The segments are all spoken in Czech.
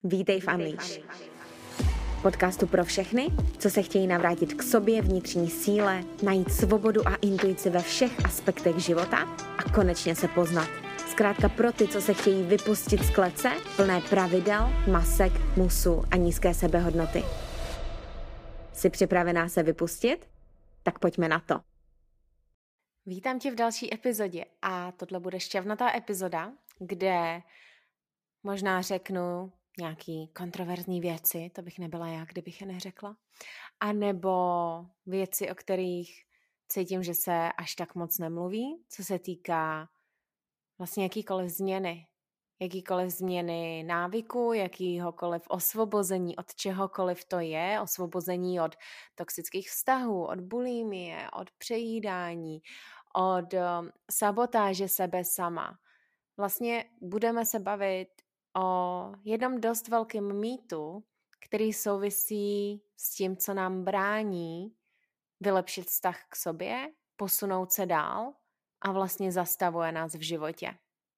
Vítej v Unleash. Podcastu pro všechny, co se chtějí navrátit k sobě, vnitřní síle, najít svobodu a intuici ve všech aspektech života a konečně se poznat. Zkrátka pro ty, co se chtějí vypustit z klece, plné pravidel, masek, musu a nízké sebehodnoty. Jsi připravená se vypustit? Tak pojďme na to. Vítám tě v další epizodě a tohle bude šťavnatá epizoda, kde možná řeknu nějaký kontroverzní věci, to bych nebyla já, kdybych je neřekla, a nebo věci, o kterých cítím, že se až tak moc nemluví, co se týká vlastně jakýkoliv změny návyku, jakýhokoliv osvobození od čehokoliv to je, osvobození od toxických vztahů, od bulimie, od přejídání, od sabotáže sebe sama. Vlastně budeme se bavit o jednom dost velkém mýtu, který souvisí s tím, co nám brání vylepšit vztah k sobě, posunout se dál a vlastně zastavuje nás v životě.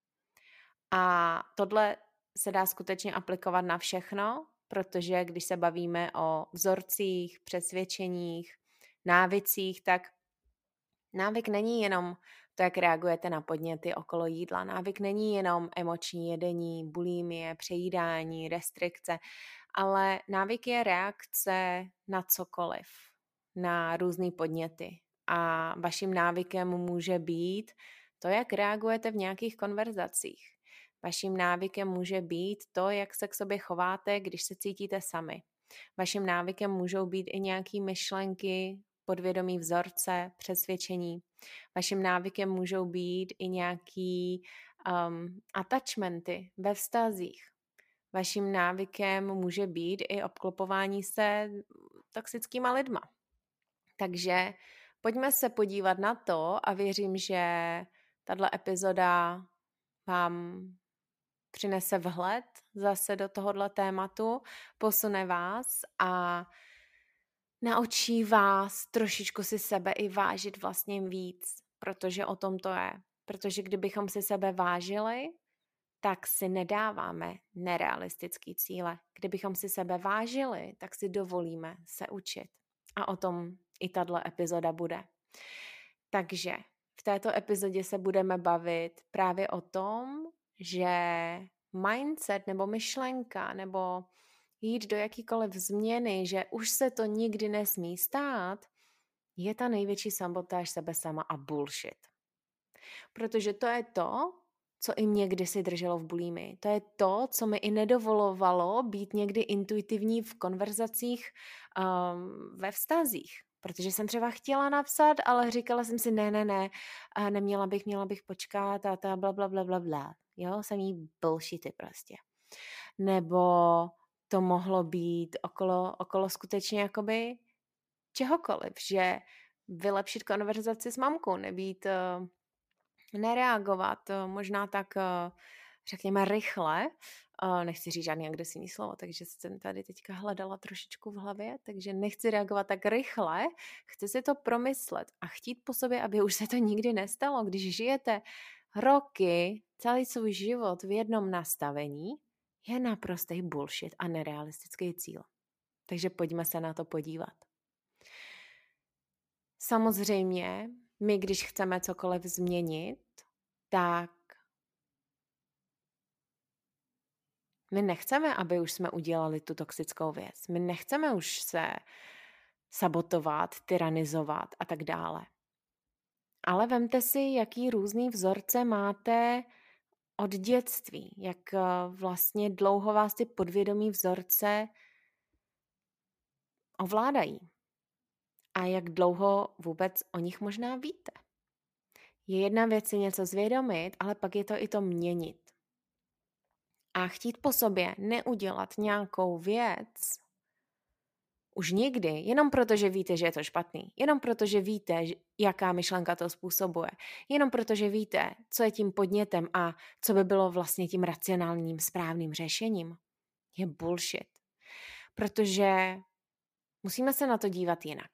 A tohle se dá skutečně aplikovat na všechno, protože když se bavíme o vzorcích, přesvědčeních, návicích, tak návyk není jenom to, jak reagujete na podněty okolo jídla. Návyk není jenom emoční jedení, bulimie, přejídání, restrikce, ale návyk je reakce na cokoliv, na různé podněty. A vaším návykem může být to, jak reagujete v nějakých konverzacích. Vaším návykem může být to, jak se k sobě chováte, když se cítíte sami. Vaším návykem můžou být i nějaké myšlenky, podvědomí vzorce, přesvědčení. Vaším návykem můžou být i nějaký attachmenty ve vztazích. Vaším návykem může být i obklopování se toxickýma lidma. Takže pojďme se podívat na to a věřím, že tato epizoda vám přinese vhled zase do tohohle tématu, posune vás a naučí vás trošičku si sebe i vážit vlastně víc, protože o tom to je. Protože kdybychom si sebe vážili, tak si nedáváme nerealistický cíle. Kdybychom si sebe vážili, tak si dovolíme se učit. A o tom i tato epizoda bude. Takže v této epizodě se budeme bavit právě o tom, že mindset nebo myšlenka nebo jít do jakýkoliv změny, že už se to nikdy nesmí stát, je ta největší sabotáž sebe sama a bullshit. Protože to je to, co i mě kdysi drželo v bulimii. To je to, co mi i nedovolovalo být někdy intuitivní v konverzacích ve vztazích. Protože jsem třeba chtěla napsat, ale říkala jsem si ne, měla bych počkat a ta bla. Jo, samý bullshity prostě. Nebo to mohlo být okolo skutečně jakoby čehokoliv, že vylepšit konverzaci s mamkou, nebýt, nereagovat, možná tak, řekněme, rychle, nechci říct žádný agresivní slovo, takže jsem tady teďka hledala trošičku v hlavě, takže nechci reagovat tak rychle, chci si to promyslet a chtít po sobě, aby už se to nikdy nestalo, když žijete roky, celý svůj život v jednom nastavení, je naprostý bullshit a nerealistický cíl. Takže pojďme se na to podívat. Samozřejmě, my když chceme cokoliv změnit, tak my nechceme, aby už jsme udělali tu toxickou věc. My nechceme už se sabotovat, tyranizovat a tak dále. Ale vemte si, jaký různý vzorce máte od dětství, jak vlastně dlouho vás ty podvědomí vzorce ovládají a jak dlouho vůbec o nich možná víte. Je jedna věc si něco zvědomit, ale pak je to i to měnit. A chtít po sobě neudělat nějakou věc už nikdy, jenom proto, že víte, že je to špatný, jenom proto, že víte, jaká myšlenka to způsobuje, jenom proto, že víte, co je tím podnětem a co by bylo vlastně tím racionálním správným řešením, je bullshit. Protože musíme se na to dívat jinak.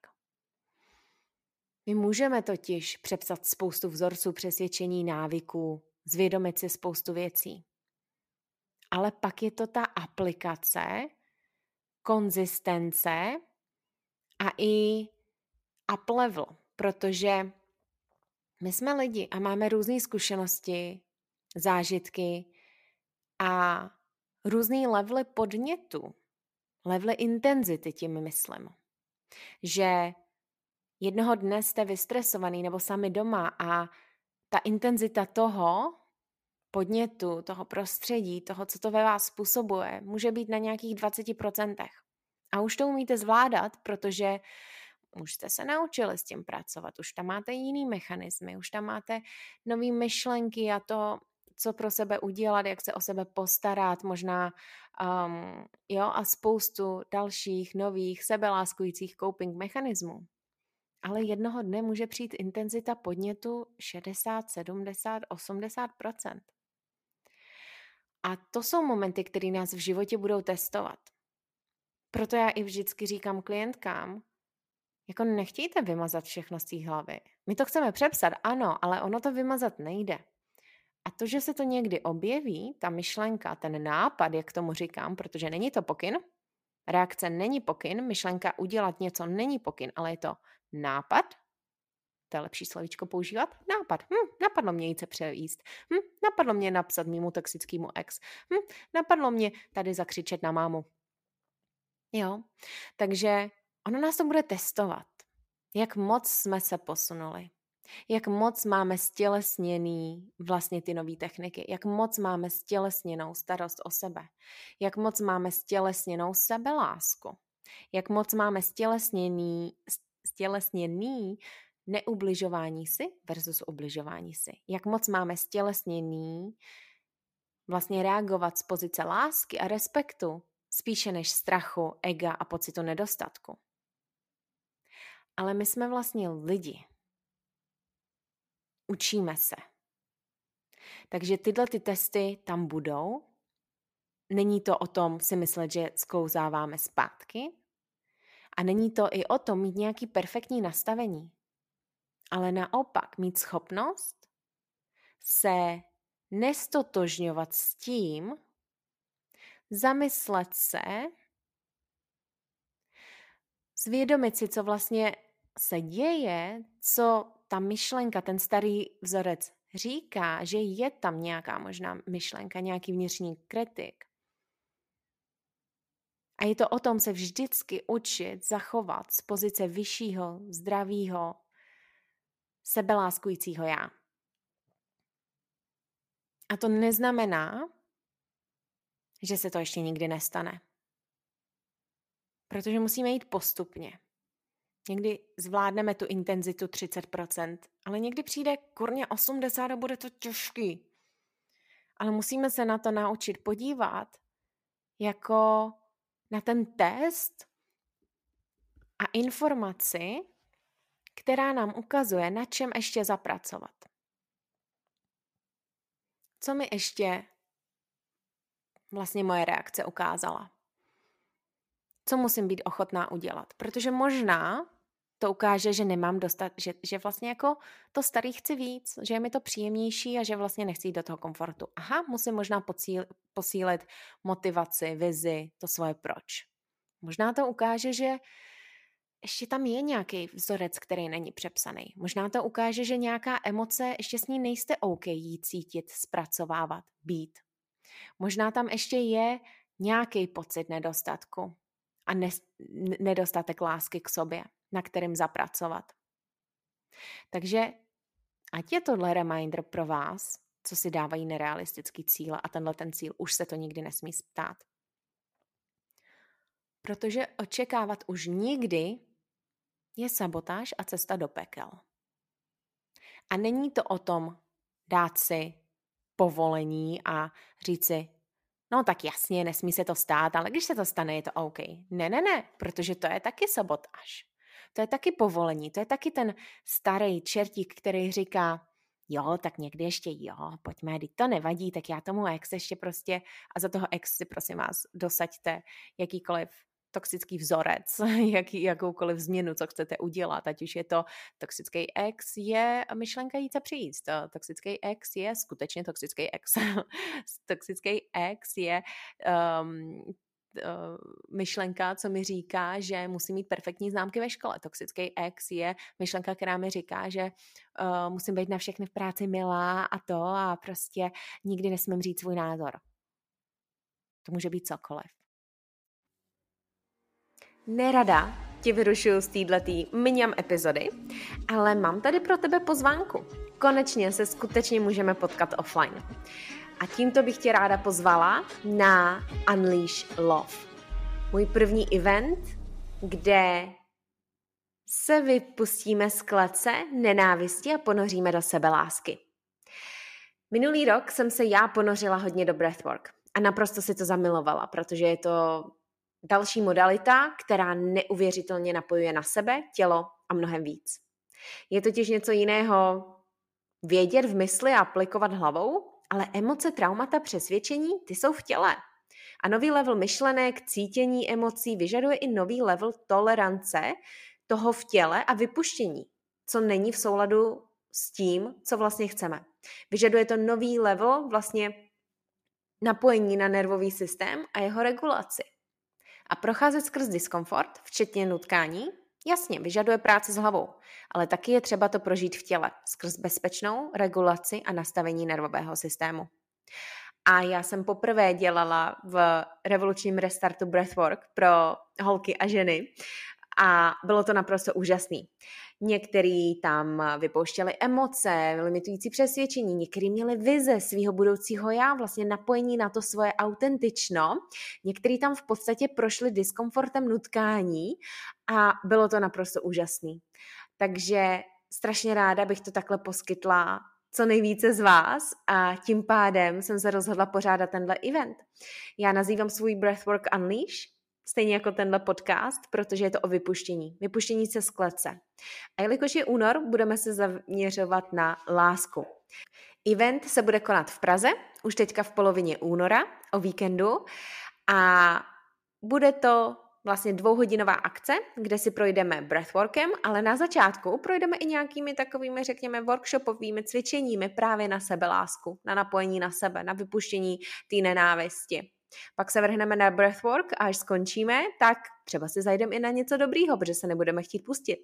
My můžeme totiž přepsat spoustu vzorců, přesvědčení, návyků, zvědomit si spoustu věcí. ale pak je to ta aplikace, konzistence a i up level, protože my jsme lidi a máme různé zkušenosti, zážitky a různý levely podnětu, levely intenzity, tím myslím. Že jednoho dne jste vystresovaný nebo sami doma a ta intenzita toho podnětu, toho prostředí, toho, co to ve vás způsobuje, může být na nějakých 20%. A už to umíte zvládat, protože už jste se naučili s tím pracovat, už tam máte jiný mechanismy, už tam máte nový myšlenky a to, co pro sebe udělat, jak se o sebe postarat, možná a spoustu dalších nových sebeláskujících coping mechanismů. Ale jednoho dne může přijít intenzita podnětu 60, 70, 80%. A to jsou momenty, které nás v životě budou testovat. Proto já i vždycky říkám klientkám, jako nechtějte vymazat všechno z té hlavy. My to chceme přepsat, ano, ale ono to vymazat nejde. A to, že se to někdy objeví, ta myšlenka, ten nápad, jak tomu říkám, protože není to pokyn, reakce není pokyn, myšlenka udělat něco není pokyn, ale je to nápad, to je lepší slovíčko používat, nápad. Napadlo mě jít se převíst. Napadlo mě napsat mému toxickému ex. Napadlo mě tady zakřičet na mámu. Jo, takže ono nás to bude testovat. Jak moc jsme se posunuli. Jak moc máme stělesněný vlastně ty nové techniky. Jak moc máme stělesněnou starost o sebe. Jak moc máme stělesněnou sebelásku. Jak moc máme stělesněný neubližování si versus ubližování si. Jak moc máme stělesněný vlastně reagovat z pozice lásky a respektu spíše než strachu, ega a pocitu nedostatku. Ale my jsme vlastně lidi. Učíme se. Takže tyhle ty testy tam budou. Není to o tom si myslet, že sklouzáváme zpátky. A není to i o tom mít nějaký perfektní nastavení. Ale naopak mít schopnost se nestotožňovat s tím, zamyslet se, zvědomit si, co vlastně se děje, co ta myšlenka, ten starý vzorec říká, že je tam nějaká možná myšlenka, nějaký vnitřní kritik. A je to o tom se vždycky učit zachovat z pozice vyššího, zdravého, sebeláskujícího já. A to neznamená, že se to ještě nikdy nestane. Protože musíme jít postupně. Někdy zvládneme tu intenzitu 30%, ale někdy přijde kurně 80% a bude to těžký. Ale musíme se na to naučit podívat jako na ten test a informaci, která nám ukazuje, na čem ještě zapracovat. Co mi ještě vlastně moje reakce ukázala? Co musím být ochotná udělat? Protože možná to ukáže, že nemám dostat, že vlastně jako to starý chci víc, že je mi to příjemnější a že vlastně nechci jít do toho komfortu. Aha, musím možná posílit motivaci, vizi, to svoje proč. Možná to ukáže, že ještě tam je nějaký vzorec, který není přepsaný. Možná to ukáže, že nějaká emoce, ještě s ní nejste OK jí cítit, zpracovávat, být. Možná tam ještě je nějaký pocit nedostatku a nedostatek lásky k sobě, na kterým zapracovat. Takže ať je tohle reminder pro vás, co si dávají nerealistický cíle a tenhle ten cíl už se to nikdy nesmí stát. Protože očekávat už nikdy je sabotáž a cesta do pekel. A není to o tom dát si povolení a říct si, no tak jasně, nesmí se to stát, ale když se to stane, je to OK. Ne, protože to je taky sabotáž. To je taky povolení, to je taky ten starý čertík, který říká, jo, tak někdy ještě jo, pojďme, když to nevadí, tak já tomu ex ještě prostě a za toho ex si prosím vás dosaďte jakýkoliv toxický vzorec, jakoukoliv změnu, co chcete udělat, ať už je to toxický ex, je myšlenka jít se přijíst. Toxický ex je skutečně toxický ex. Toxický ex je myšlenka, co mi říká, že musím mít perfektní známky ve škole. Toxický ex je myšlenka, která mi říká, že musím být na všechny v práci milá a prostě nikdy nesmím říct svůj názor. To může být cokoliv. Nerada tě vyrušuju z této mňam epizody, ale mám tady pro tebe pozvánku. Konečně se skutečně můžeme potkat offline. A tímto bych tě ráda pozvala na Unleash Love. Můj první event, kde se vypustíme z klece nenávisti a ponoříme do sebelásky. Minulý rok jsem se já ponořila hodně do breathwork a naprosto si to zamilovala, protože je to další modalita, která neuvěřitelně napojuje na sebe, tělo a mnohem víc. Je totiž něco jiného vědět v mysli a aplikovat hlavou, ale emoce, traumata, přesvědčení, ty jsou v těle. A nový level myšlenek, cítění emocí vyžaduje i nový level tolerance toho v těle a vypuštění, co není v souladu s tím, co vlastně chceme. Vyžaduje to nový level vlastně napojení na nervový systém a jeho regulaci. A procházet skrz diskomfort, včetně nutkání, jasně, vyžaduje práci s hlavou, ale taky je třeba to prožít v těle, skrz bezpečnou regulaci a nastavení nervového systému. A já jsem poprvé dělala v revolučním restartu breathwork pro holky a ženy a bylo to naprosto úžasný. Někteří tam vypouštěli emoce, limitující přesvědčení, někteří měli vize svého budoucího já, vlastně napojení na to svoje autentično. Někteří tam v podstatě prošli diskomfortem nutkání a bylo to naprosto úžasný. Takže strašně ráda bych to takhle poskytla co nejvíce z vás a tím pádem jsem se rozhodla pořádat tenhle event. Já nazývám svůj Breathwork Unleash, stejně jako tenhle podcast, protože je to o vypuštění. Vypuštění se z klece. A jelikož je únor, budeme se zaměřovat na lásku. Event se bude konat v Praze, už teďka v polovině února, o víkendu. A bude to vlastně 2hodinová akce, kde si projdeme breathworkem, ale na začátku projdeme i nějakými takovými, řekněme, workshopovými cvičeními právě na sebelásku, na napojení na sebe, na vypuštění té nenávisti. Pak se vrhneme na breathwork a až skončíme, tak třeba si zajdeme i na něco dobrýho, protože se nebudeme chtít pustit.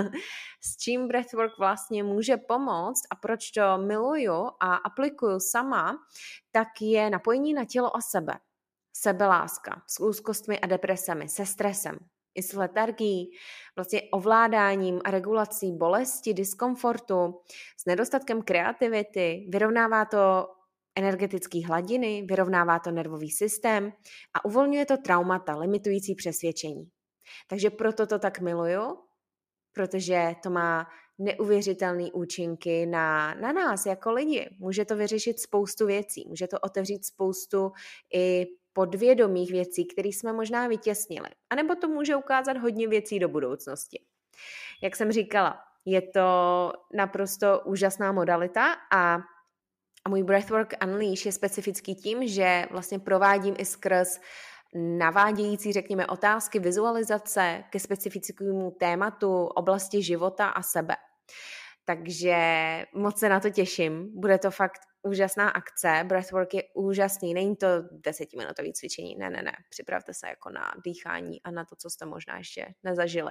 S čím breathwork vlastně může pomoct a proč to miluju a aplikuju sama, tak je napojení na tělo a sebe. Sebeláska s úzkostmi a depresemi, se stresem, i s letargií, vlastně ovládáním a regulací bolesti, diskomfortu, s nedostatkem kreativity, vyrovnává to energetické hladiny, vyrovnává to nervový systém a uvolňuje to traumata, limitující přesvědčení. Takže proto to tak miluju, protože to má neuvěřitelné účinky na nás jako lidi. Může to vyřešit spoustu věcí, může to otevřít spoustu i podvědomých věcí, které jsme možná vytěsnili. A nebo to může ukázat hodně věcí do budoucnosti. Jak jsem říkala, je to naprosto úžasná modalita a můj Breathwork Unleash je specifický tím, že vlastně provádím i skrz navádějící, řekněme, otázky, vizualizace ke specifickému tématu oblasti života a sebe. Takže moc se na to těším. Bude to fakt úžasná akce. Breathwork je úžasný. Není to 10-minutové cvičení. Ne. Připravte se jako na dýchání a na to, co jste možná ještě nezažili.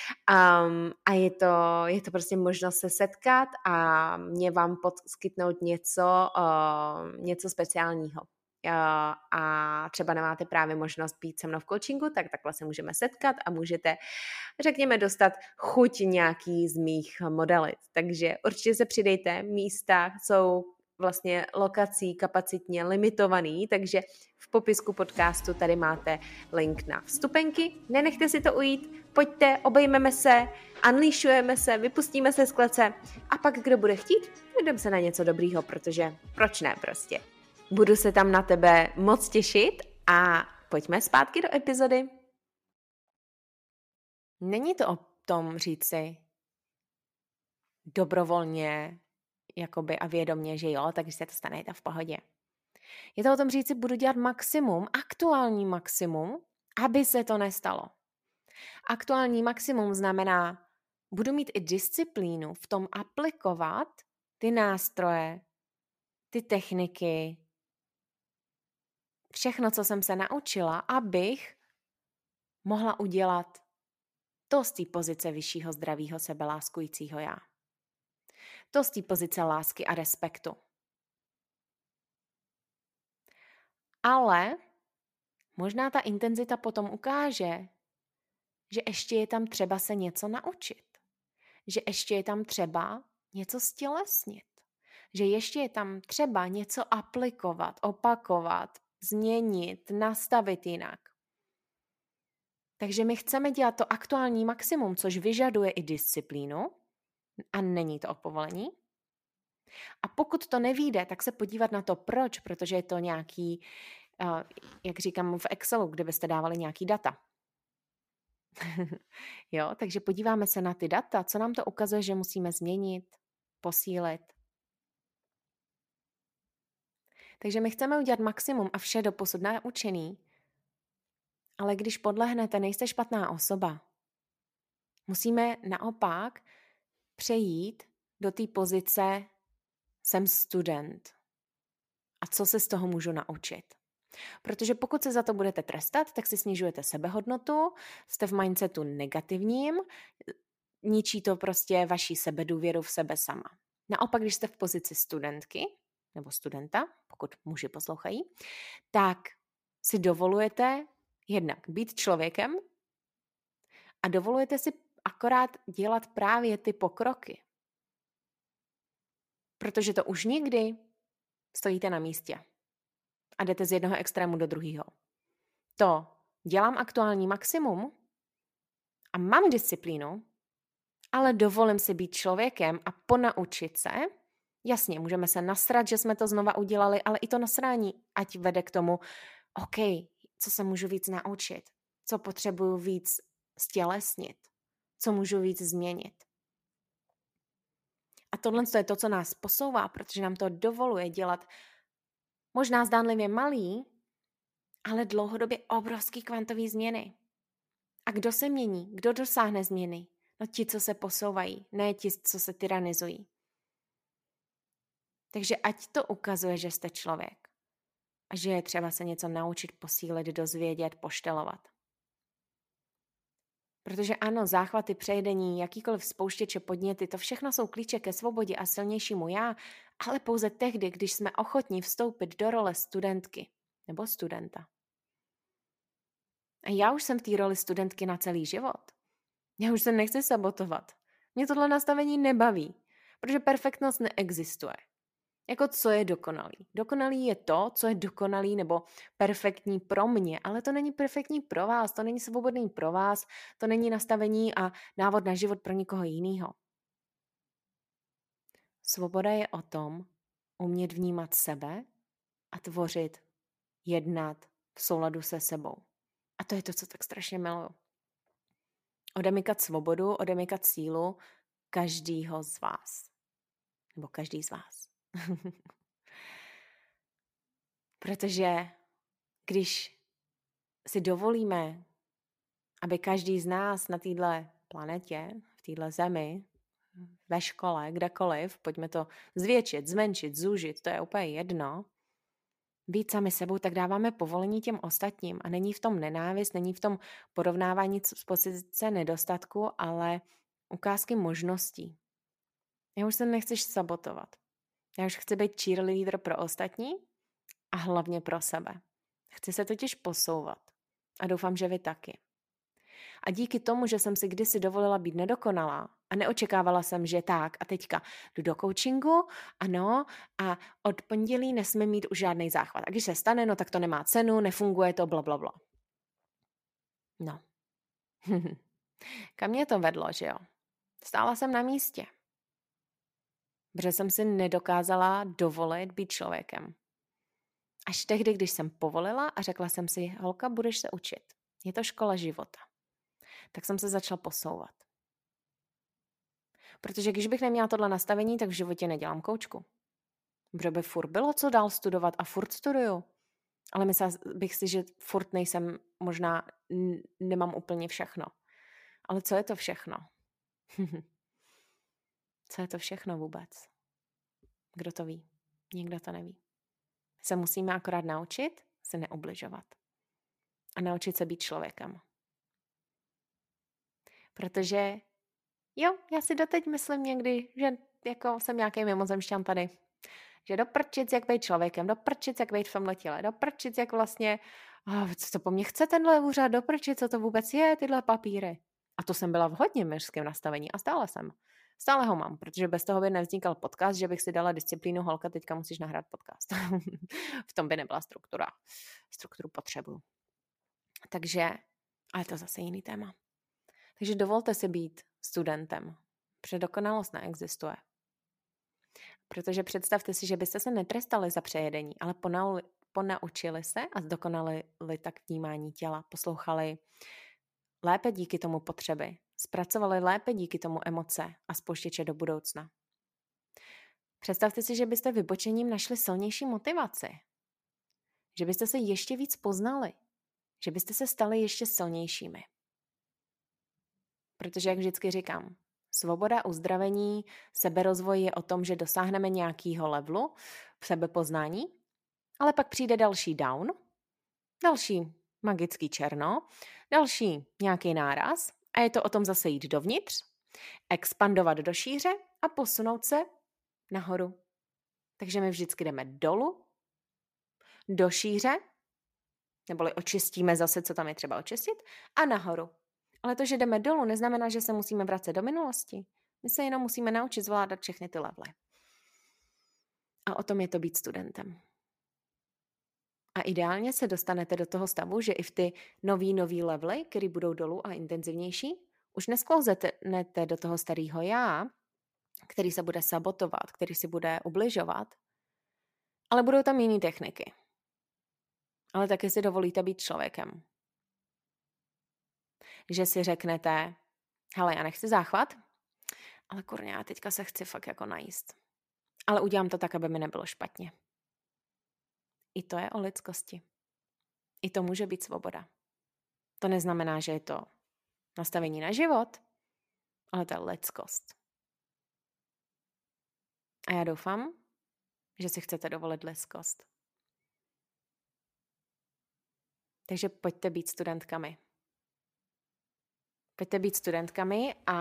A je to prostě možnost se setkat a mě vám poskytnout něco speciálního. A třeba nemáte právě možnost být se mnou v coachingu, tak takhle se můžeme setkat a můžete, řekněme, dostat chuť nějaký z mých modalit. Takže určitě se přidejte, místa jsou vlastně lokací kapacitně limitovaný, takže v popisku podcastu tady máte link na vstupenky. Nenechte si to ujít, pojďte, obejmeme se, unleashujeme se, vypustíme se z klece a pak, kdo bude chtít, jdeme se na něco dobrýho, protože proč ne prostě. Budu se tam na tebe moc těšit a pojďme zpátky do epizody. Není to o tom říct si dobrovolně jakoby a vědomně, že jo, takže se to stane, je to v pohodě. Je to o tom říct si, budu dělat maximum, aktuální maximum aby se to nestalo. Aktuální maximum znamená, budu mít i disciplínu v tom aplikovat ty nástroje, ty techniky, všechno, co jsem se naučila, abych mohla udělat to z té pozice vyššího zdravého sebeláskujícího já. To z té pozice lásky a respektu. Ale možná ta intenzita potom ukáže, že ještě je tam třeba se něco naučit. Že ještě je tam třeba něco stělesnit. Že ještě je tam třeba něco aplikovat, opakovat, změnit, nastavit jinak. Takže my chceme dělat to aktuální maximum, což vyžaduje i disciplínu a není to o povolení. A pokud to nevyjde, tak se podívat na to, proč, protože je to nějaký, jak říkám v Excelu, kde byste dávali nějaký data. Jo, takže podíváme se na ty data, co nám to ukazuje, že musíme změnit, posílit. Takže my chceme udělat maximum a vše doposud naučený, ale když podlehnete, nejste špatná osoba. Musíme naopak přejít do té pozice jsem student. A co se z toho můžu naučit? Protože pokud se za to budete trestat, tak si snižujete sebehodnotu, jste v mindsetu negativním, ničí to prostě vaši sebedůvěru v sebe sama. Naopak, když jste v pozici studentky nebo studenta, pokud muži poslouchají, tak si dovolujete jednak být člověkem a dovolujete si akorát dělat právě ty pokroky. Protože to už nikdy stojíte na místě a jdete z jednoho extrému do druhého. To dělám aktuální maximum a mám disciplínu, ale dovolím si být člověkem a ponaučit se. Jasně, můžeme se nasrat, že jsme to znova udělali, ale i to nasrání ať vede k tomu, OK, co se můžu víc naučit, co potřebuju víc stělesnit, co můžu víc změnit. A tohle je to, co nás posouvá, protože nám to dovoluje dělat možná zdánlivě malý, ale dlouhodobě obrovský kvantový změny. A kdo se mění? Kdo dosáhne změny? No ti, co se posouvají, ne ti, co se tyranizují. Takže ať to ukazuje, že jste člověk a že je třeba se něco naučit, posílit, dozvědět, poštelovat. Protože ano, záchvaty, přejedení, jakýkoliv spouštěče, podněty, to všechno jsou klíče ke svobodě a silnějšímu já, ale pouze tehdy, když jsme ochotní vstoupit do role studentky nebo studenta. A já už jsem v té roli studentky na celý život. Já už se nechci sabotovat. Mě tohle nastavení nebaví, protože perfektnost neexistuje. Jako co je dokonalý? Dokonalý je to, co je dokonalý nebo perfektní pro mě, ale to není perfektní pro vás, to není svobodný pro vás, to není nastavení a návod na život pro někoho jiného. Svoboda je o tom umět vnímat sebe a tvořit, jednat v souladu se sebou. A to je to, co tak strašně miluju. Odemykat svobodu, odemykat sílu každýho z vás. Nebo každý z vás. Protože když si dovolíme, aby každý z nás na této planetě, v této zemi, ve škole, kdekoliv, pojďme to zvětšit, zmenšit, zúžit, to je úplně jedno, být sami sebou, tak dáváme povolení těm ostatním a není v tom nenávist, není v tom porovnávání z pozice nedostatku, ale ukázky možností. Já už se nechci sabotovat. Já už chci být cheerleader pro ostatní a hlavně pro sebe. Chci se totiž posouvat a doufám, že vy taky. A díky tomu, že jsem si kdysi dovolila být nedokonalá a neočekávala jsem, že tak a teďka jdu do coachingu, ano, a od pondělí nesmím mít už žádný záchvat. A když se stane, no tak to nemá cenu, nefunguje to, blablabla. No. Kam mě to vedlo, že jo? Stála jsem na místě. Protože jsem si nedokázala dovolit být člověkem. Až tehdy, když jsem povolila a řekla jsem si, holka, budeš se učit. Je to škola života. Tak jsem se začala posouvat. Protože když bych neměla tohle nastavení, tak v životě nedělám koučku. Protože by furt bylo co dál studovat a furt studuju. Ale myslela bych si, že furt nejsem, možná nemám úplně všechno. Ale co je to všechno? Co je to všechno vůbec? Kdo to ví? Nikdo to neví. Se musíme akorát naučit se neubližovat. A naučit se být člověkem. Protože jo, já si doteď myslím někdy, že jako jsem nějaký mimozemšťan tady. Že doprčic, jak být člověkem, doprčic, jak být v tomhle těle, doprčic, jak vlastně, co to po mně chce tenhle úřad, doprčic, co to vůbec je, tyhle papíry. A to jsem byla v hodně mužském nastavení a stále jsem. Stále ho mám, protože bez toho by nevznikal podcast, že bych si dala disciplínu, holka, teďka musíš nahrát podcast. V tom by nebyla struktura. Strukturu potřebuju. Takže, ale to zase jiný téma. Takže dovolte si být studentem. Protože dokonalost neexistuje. Protože představte si, že byste se netrestali za přejedení, ale ponaučili se a zdokonalili tak vnímání těla, poslouchali lépe díky tomu potřeby, zpracovali lépe díky tomu emoce a spouštěče do budoucna. Představte si, že byste vybočením našli silnější motivaci, že byste se ještě víc poznali, že byste se stali ještě silnějšími. Protože, jak vždycky říkám, svoboda, uzdravení, seberozvoj je o tom, že dosáhneme nějakého levelu v sebepoznání, ale pak přijde další down, další magický černo, další nějaký náraz a je to o tom zase jít dovnitř, expandovat do šíře a posunout se nahoru. Takže my vždycky jdeme dolů, do šíře, neboli očistíme zase, co tam je třeba očistit, a nahoru. Ale to, že jdeme dolů, neznamená, že se musíme vracet do minulosti. My se jenom musíme naučit zvládat všechny ty levely. A o tom je to být studentem. A ideálně se dostanete do toho stavu, že i v ty nový levely, které budou dolů a intenzivnější, už nesklouznete do toho starého já, který se bude sabotovat, který si bude ubližovat, ale budou tam jiné techniky. Ale taky si dovolíte být člověkem. Že si řeknete, hele, já nechci záchvat, ale kurňa, já teďka se chci fakt jako najíst. Ale udělám to tak, aby mi nebylo špatně. I to je o lidskosti. I to může být svoboda. To neznamená, že je to nastavení na život, ale to je lidskost. A já doufám, že si chcete dovolit lidskost. Takže pojďte být studentkami. Pojďte být studentkami a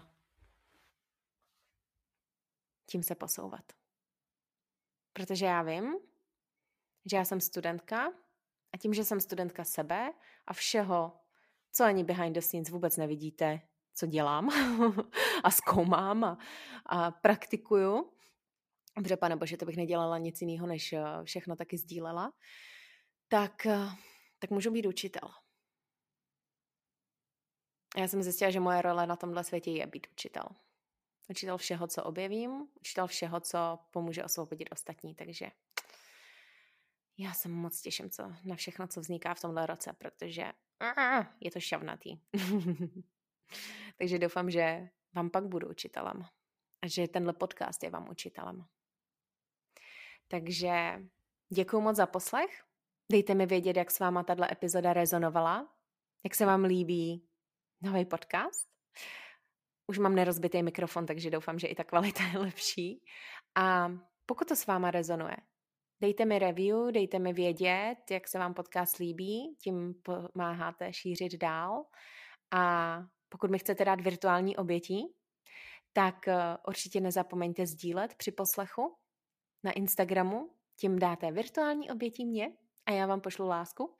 tím se posouvat. Protože já vím, že já jsem studentka a tím, že jsem studentka sebe a všeho, co ani behind the scenes vůbec nevidíte, co dělám a zkoumám a praktikuju, protože panebože, to bych nedělala nic jiného, než všechno taky sdílela, tak můžu být učitel. A já jsem zjistila, že moje role na tomhle světě je být učitel. Učitel všeho, co objevím, učitel všeho, co pomůže osvobodit ostatní, takže já se moc těším na všechno, co vzniká v tomhle roce, protože je to šavnatý. Takže doufám, že vám pak budu učitelem a že tenhle podcast je vám učitelem. Takže děkuju moc za poslech. Dejte mi vědět, jak s váma tato epizoda rezonovala, jak se vám líbí nový podcast. Už mám nerozbitý mikrofon, takže doufám, že i ta kvalita je lepší. A pokud to s váma rezonuje, dejte mi review, dejte mi vědět, jak se vám podcast líbí, tím pomáháte šířit dál. A pokud mi chcete dát virtuální obětí, tak určitě nezapomeňte sdílet při poslechu na Instagramu, tím dáte virtuální obětí mě a já vám pošlu lásku.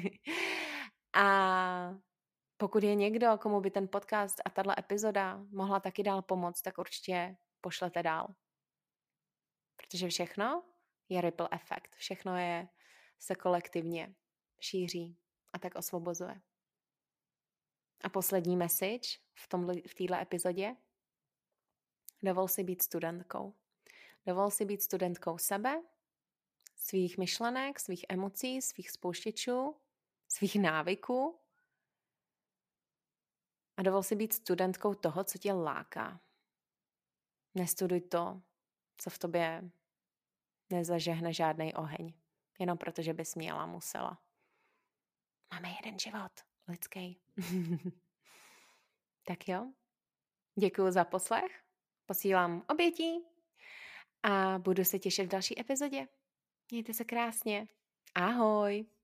A pokud je někdo, komu by ten podcast a tato epizoda mohla taky dál pomoct, tak určitě pošlete dál. Protože všechno je ripple efekt. Všechno se kolektivně šíří a tak osvobozuje. A poslední message v této epizodě. Dovol si být studentkou. Dovol si být studentkou sebe, svých myšlenek, svých emocí, svých spouštěčů, svých návyků. A dovol si být studentkou toho, co tě láká. Nestuduj to, co v tobě nezažehne žádnej oheň. jenom protože bys měla, musela. Máme jeden život, lidský. Tak jo, děkuju za poslech, posílám obětí a budu se těšit v další epizodě. Mějte se krásně. Ahoj.